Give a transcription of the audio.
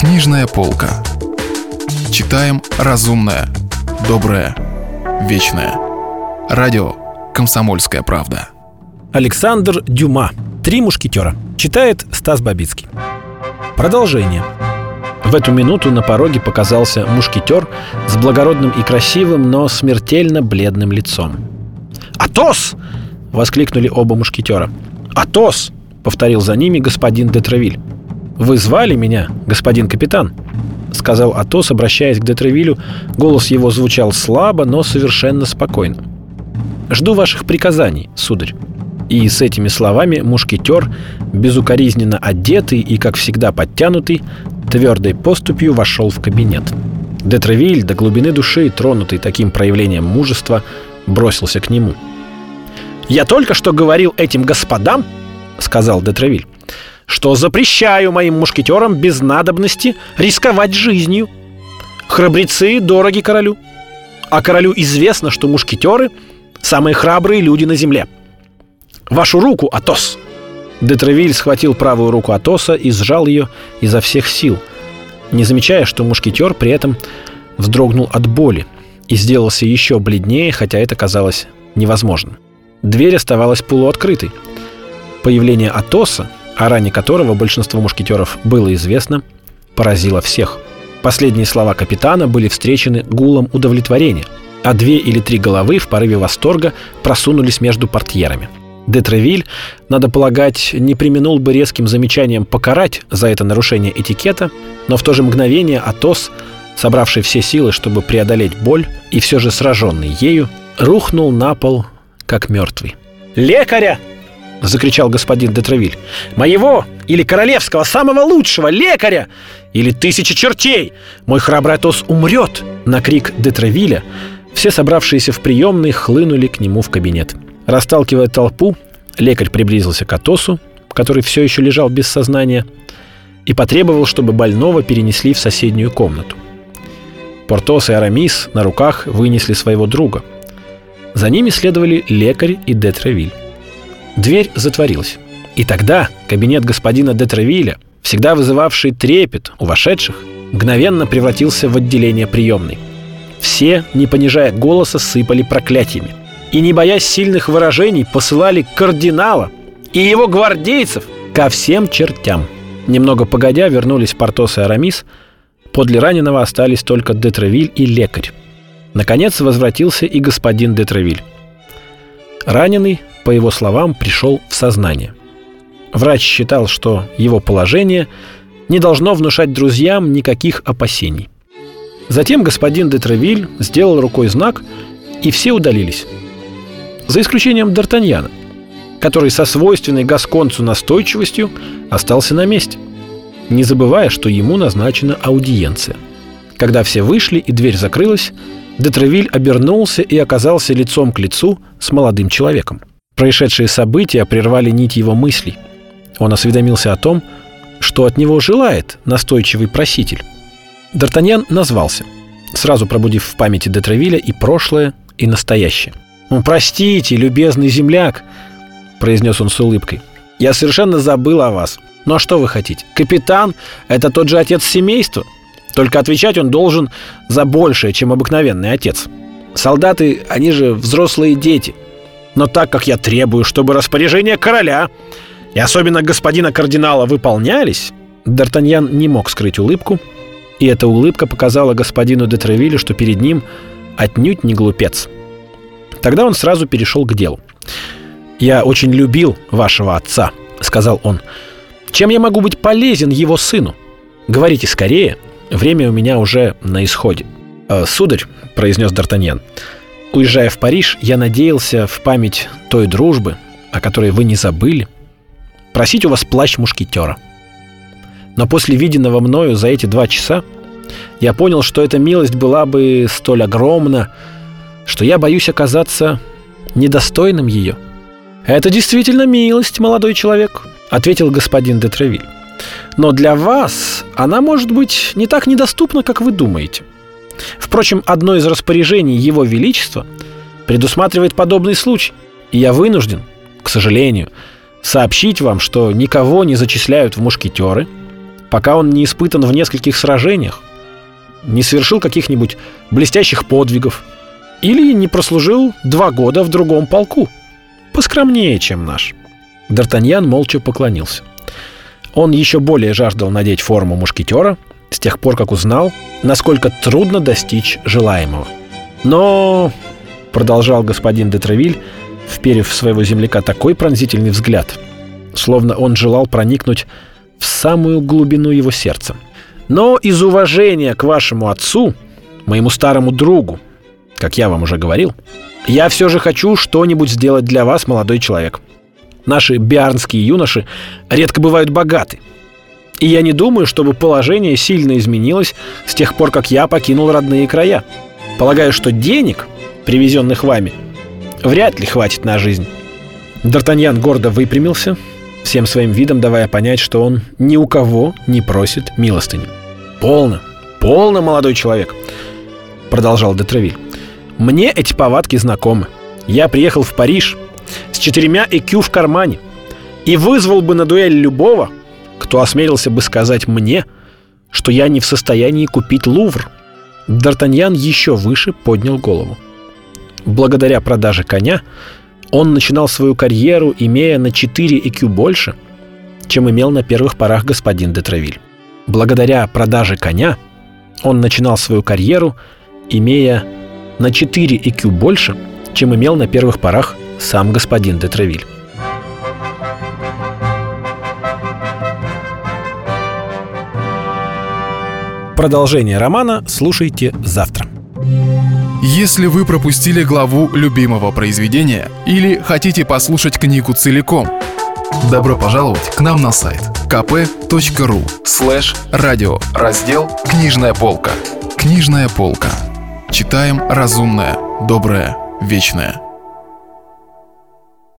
Книжная полка. Читаем разумное, доброе, вечное. Радио «Комсомольская правда». Александр Дюма. «Три мушкетера». Читает Стас Бабицкий. Продолжение. В эту минуту на пороге показался мушкетер с благородным и красивым, но смертельно бледным лицом. «Атос!» — воскликнули оба мушкетера. «Атос!» — повторил за ними господин де Тревиль. «Вы звали меня, господин капитан?» — сказал Атос, обращаясь к де Тревилю. Голос его звучал слабо, но совершенно спокойно. «Жду ваших приказаний, сударь». И с этими словами мушкетер, безукоризненно одетый и, как всегда, подтянутый, твердой поступью вошел в кабинет. Де Тревиль, до глубины души, тронутый таким проявлением мужества, бросился к нему. «Я только что говорил этим господам, — сказал де Тревиль, — что запрещаю моим мушкетерам без надобности рисковать жизнью. Храбрецы дороги королю, а королю известно, что мушкетеры — самые храбрые люди на земле. Вашу руку, Атос!» Де Тревиль схватил правую руку Атоса и сжал ее изо всех сил, не замечая, что мушкетер при этом вздрогнул от боли и сделался еще бледнее, хотя это казалось невозможным. Дверь оставалась полуоткрытой. Появление Атоса, о ране которого большинство мушкетеров было известно, поразило всех. Последние слова капитана были встречены гулом удовлетворения, а 2 или 3 головы в порыве восторга просунулись между портьерами. Де Тревиль, надо полагать, не преминул бы резким замечанием покарать за это нарушение этикета, но в то же мгновение Атос, собравший все силы, чтобы преодолеть боль, и все же сраженный ею, рухнул на пол, как мертвый. «Лекаря!» — закричал господин де Тревиль. «Моего или королевского, самого лучшего лекаря! Или 1000 чертей! Мой храбрый Атос умрет!» На крик де Тревиля все собравшиеся в приемной хлынули к нему в кабинет. Расталкивая толпу, лекарь приблизился к Атосу, который все еще лежал без сознания, и потребовал, чтобы больного перенесли в соседнюю комнату. Портос и Арамис на руках вынесли своего друга. За ними следовали лекарь и де Тревиль. Дверь затворилась. И тогда кабинет господина де Тревиля, всегда вызывавший трепет у вошедших, мгновенно превратился в отделение приемной. Все, не понижая голоса, сыпали проклятиями и, не боясь сильных выражений, посылали кардинала и его гвардейцев ко всем чертям. Немного погодя вернулись Портос и Арамис. Подле раненого остались только де Тревиль и лекарь. Наконец возвратился и господин де Тревиль. Раненый, по его словам, пришел в сознание. Врач считал, что его положение не должно внушать друзьям никаких опасений. Затем господин де Тревиль сделал рукой знак, и все удалились. За исключением Д'Артаньяна, который со свойственной гасконцу настойчивостью остался на месте, не забывая, что ему назначена аудиенция. Когда все вышли и дверь закрылась, де Тревиль обернулся и оказался лицом к лицу с молодым человеком. Происшедшие события прервали нить его мыслей. Он осведомился о том, что от него желает настойчивый проситель. Д'Артаньян назвался, сразу пробудив в памяти де Тревиля и прошлое, и настоящее. «Простите, любезный земляк», — произнес он с улыбкой, — «я совершенно забыл о вас. Ну а что вы хотите? Капитан — это тот же отец семейства, только отвечать он должен за большее, чем обыкновенный отец. Солдаты, они же взрослые дети. Но так как я требую, чтобы распоряжения короля и особенно господина кардинала выполнялись...» Д'Артаньян не мог скрыть улыбку, и эта улыбка показала господину де Тревилю, что перед ним отнюдь не глупец. Тогда он сразу перешел к делу. «Я очень любил вашего отца», — сказал он. «Чем я могу быть полезен его сыну? Говорите скорее, время у меня уже на исходе». «Сударь», — произнес Д'Артаньян, — «уезжая в Париж, я надеялся в память той дружбы, о которой вы не забыли, просить у вас плащ мушкетера. Но после виденного мною за эти 2 часа я понял, что эта милость была бы столь огромна, что я боюсь оказаться недостойным ее». «Это действительно милость, молодой человек», — ответил господин де Тревиль. «Но для вас она, может быть, не так недоступна, как вы думаете. Впрочем, одно из распоряжений Его Величества предусматривает подобный случай, и я вынужден, к сожалению, сообщить вам, что никого не зачисляют в мушкетеры пока он не испытан в нескольких сражениях, не совершил каких-нибудь блестящих подвигов или не прослужил 2 года в другом полку, поскромнее, чем наш». Д'Артаньян молча поклонился. Он еще более жаждал надеть форму мушкетера с тех пор, как узнал, насколько трудно достичь желаемого. «Но, — продолжал господин де Тревиль, вперев в своего земляка такой пронзительный взгляд, словно он желал проникнуть в самую глубину его сердца, — но из уважения к вашему отцу, моему старому другу, как я вам уже говорил, я все же хочу что-нибудь сделать для вас, молодой человек. Наши биарнские юноши редко бывают богаты, и я не думаю, чтобы положение сильно изменилось с тех пор, как я покинул родные края. Полагаю, что денег, привезенных вами, вряд ли хватит на жизнь». Д'Артаньян гордо выпрямился, всем своим видом давая понять, что он ни у кого не просит милостыню. «Полно, полно, молодой человек», — продолжал де Тревиль. «Мне эти повадки знакомы. Я приехал в Париж с 4 ЭКЮ в кармане и вызвал бы на дуэль любого, кто осмелился бы сказать мне, что я не в состоянии купить Лувр». Д'Артаньян еще выше поднял голову. Благодаря продаже коня он начинал свою карьеру, имея на 4 ЭКЮ больше, чем имел на первых порах господин де Тревиль. Благодаря продаже коня он начинал свою карьеру, имея на 4 ЭКЮ больше, чем имел на первых порах сам господин де Тревиль. Продолжение романа слушайте завтра. Если вы пропустили главу любимого произведения или хотите послушать книгу целиком, добро пожаловать к нам на сайт kp.ru/радио, раздел «Книжная полка». Книжная полка. Читаем разумное, доброе, вечное.